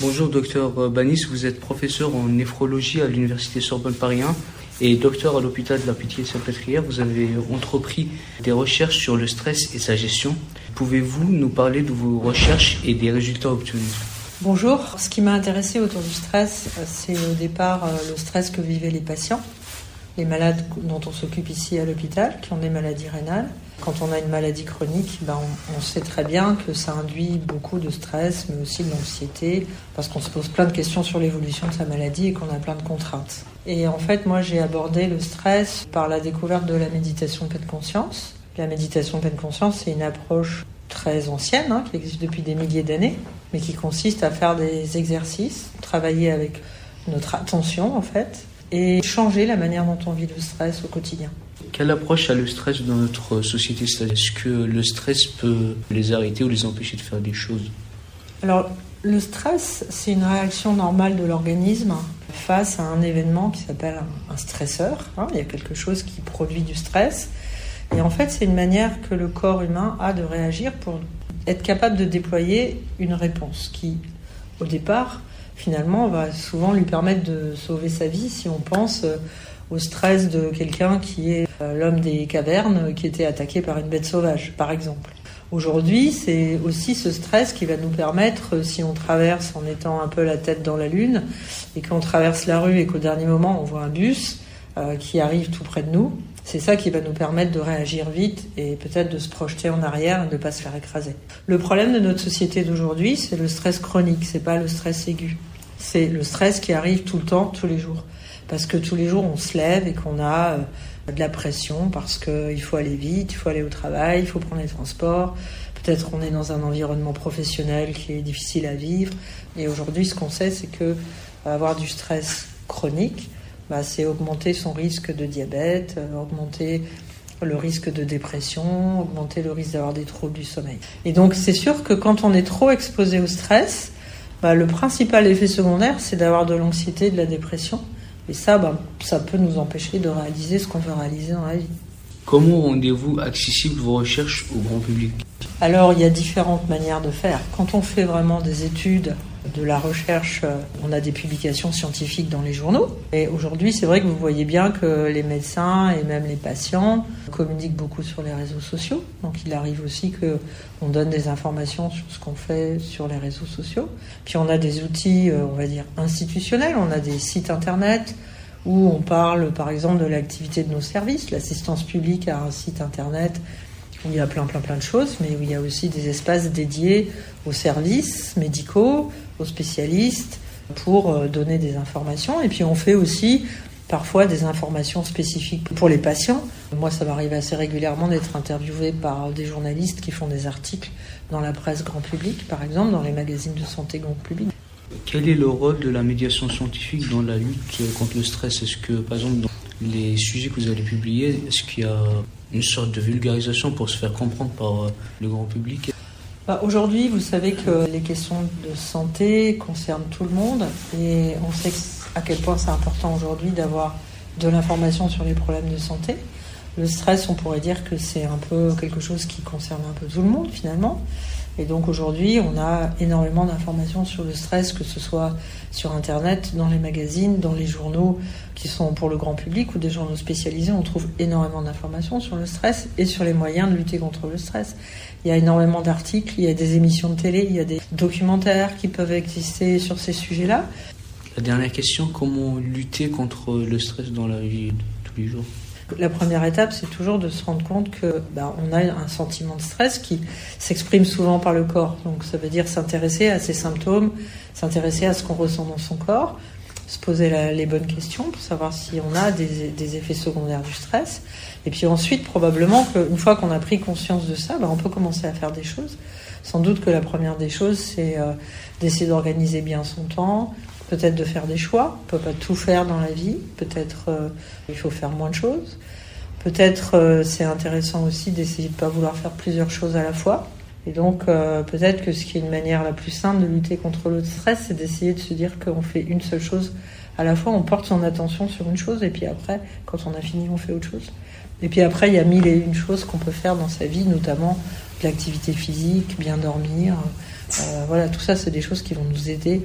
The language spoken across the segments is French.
Bonjour docteur Banis, vous êtes professeur en néphrologie à l'université Sorbonne Paris 1 et docteur à l'hôpital de la Pitié-Salpêtrière. Vous avez entrepris des recherches sur le stress et sa gestion. Pouvez-vous nous parler de vos recherches et des résultats obtenus ? Bonjour, ce qui m'a intéressé autour du stress, c'est au départ le stress que vivaient les patients, les malades dont on s'occupe ici à l'hôpital, qui ont des maladies rénales. Quand on a une maladie chronique, on sait très bien que ça induit beaucoup de stress, mais aussi de l'anxiété, parce qu'on se pose plein de questions sur l'évolution de sa maladie et qu'on a plein de contraintes. Et en fait, moi, j'ai abordé le stress par la découverte de la méditation pleine conscience. La méditation pleine conscience, c'est une approche très ancienne, qui existe depuis des milliers d'années, mais qui consiste à faire des exercices, travailler avec notre attention, en fait, et changer la manière dont on vit le stress au quotidien. Quelle approche a le stress dans notre société ? Est-ce que le stress peut les arrêter ou les empêcher de faire des choses ? Alors, le stress, c'est une réaction normale de l'organisme face à un événement qui s'appelle un stresseur. Il y a quelque chose qui produit du stress. Et en fait, c'est une manière que le corps humain a de réagir pour être capable de déployer une réponse qui, au départ, finalement, va souvent lui permettre de sauver sa vie si on pense au stress de quelqu'un qui est l'homme des cavernes qui était attaqué par une bête sauvage, par exemple. Aujourd'hui, c'est aussi ce stress qui va nous permettre, si on traverse en étant un peu la tête dans la lune, et qu'on traverse la rue et qu'au dernier moment on voit un bus qui arrive tout près de nous, c'est ça qui va nous permettre de réagir vite et peut-être de se projeter en arrière et de ne pas se faire écraser. Le problème de notre société d'aujourd'hui, c'est le stress chronique, c'est pas le stress aigu. C'est le stress qui arrive tout le temps, tous les jours. Parce que tous les jours, on se lève et qu'on a de la pression parce qu'il faut aller vite, il faut aller au travail, il faut prendre les transports. Peut-être qu'on est dans un environnement professionnel qui est difficile à vivre. Et aujourd'hui, ce qu'on sait, c'est que avoir du stress chronique, c'est augmenter son risque de diabète, augmenter le risque de dépression, augmenter le risque d'avoir des troubles du sommeil. Et donc, c'est sûr que quand on est trop exposé au stress, le principal effet secondaire, c'est d'avoir de l'anxiété, de la dépression. Et ça, ça peut nous empêcher de réaliser ce qu'on veut réaliser dans la vie. Comment rendez-vous accessibles vos recherches au grand public ? Alors, il y a différentes manières de faire. Quand on fait vraiment des études, de la recherche, on a des publications scientifiques dans les journaux. Et aujourd'hui, c'est vrai que vous voyez bien que les médecins et même les patients communiquent beaucoup sur les réseaux sociaux. Donc, il arrive aussi qu'on donne des informations sur ce qu'on fait sur les réseaux sociaux. Puis, on a des outils, on va dire, institutionnels. On a des sites internet où on parle, par exemple, de l'activité de nos services. L'assistance publique a un site internet où il y a plein de choses, mais où il y a aussi des espaces dédiés aux services médicaux, aux spécialistes, pour donner des informations. Et puis on fait aussi parfois des informations spécifiques pour les patients. Moi, ça m'arrive assez régulièrement d'être interviewée par des journalistes qui font des articles dans la presse grand public, par exemple, dans les magazines de santé grand public. Quel est le rôle de la médiation scientifique dans la lutte contre le stress ? Est-ce que, par exemple, dans les sujets que vous allez publier, est-ce qu'il y a une sorte de vulgarisation pour se faire comprendre par le grand public ? Aujourd'hui, vous savez que les questions de santé concernent tout le monde et on sait à quel point c'est important aujourd'hui d'avoir de l'information sur les problèmes de santé. Le stress, on pourrait dire que c'est un peu quelque chose qui concerne un peu tout le monde finalement. Et donc aujourd'hui, on a énormément d'informations sur le stress, que ce soit sur Internet, dans les magazines, dans les journaux qui sont pour le grand public ou des journaux spécialisés. On trouve énormément d'informations sur le stress et sur les moyens de lutter contre le stress. Il y a énormément d'articles, il y a des émissions de télé, il y a des documentaires qui peuvent exister sur ces sujets-là. La dernière question, comment lutter contre le stress dans la vie de tous les jours ? La première étape, c'est toujours de se rendre compte que on a un sentiment de stress qui s'exprime souvent par le corps. Donc ça veut dire s'intéresser à ses symptômes, s'intéresser à ce qu'on ressent dans son corps, se poser les bonnes questions pour savoir si on a des effets secondaires du stress. Et puis ensuite, probablement qu'une fois qu'on a pris conscience de ça, on peut commencer à faire des choses. Sans doute que la première des choses, c'est d'essayer d'organiser bien son temps, peut-être de faire des choix. On ne peut pas tout faire dans la vie. Peut-être il faut faire moins de choses. Peut-être c'est intéressant aussi d'essayer de ne pas vouloir faire plusieurs choses à la fois. Et donc peut-être que ce qui est une manière la plus simple de lutter contre le stress, c'est d'essayer de se dire qu'on fait une seule chose à la fois. On porte son attention sur une chose et puis après, quand on a fini, on fait autre chose. Et puis après, il y a 1001 choses qu'on peut faire dans sa vie, notamment de l'activité physique, bien dormir. Voilà, tout ça, c'est des choses qui vont nous aider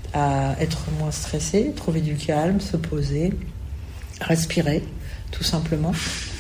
à être moins stressé, trouver du calme, se poser, respirer, tout simplement.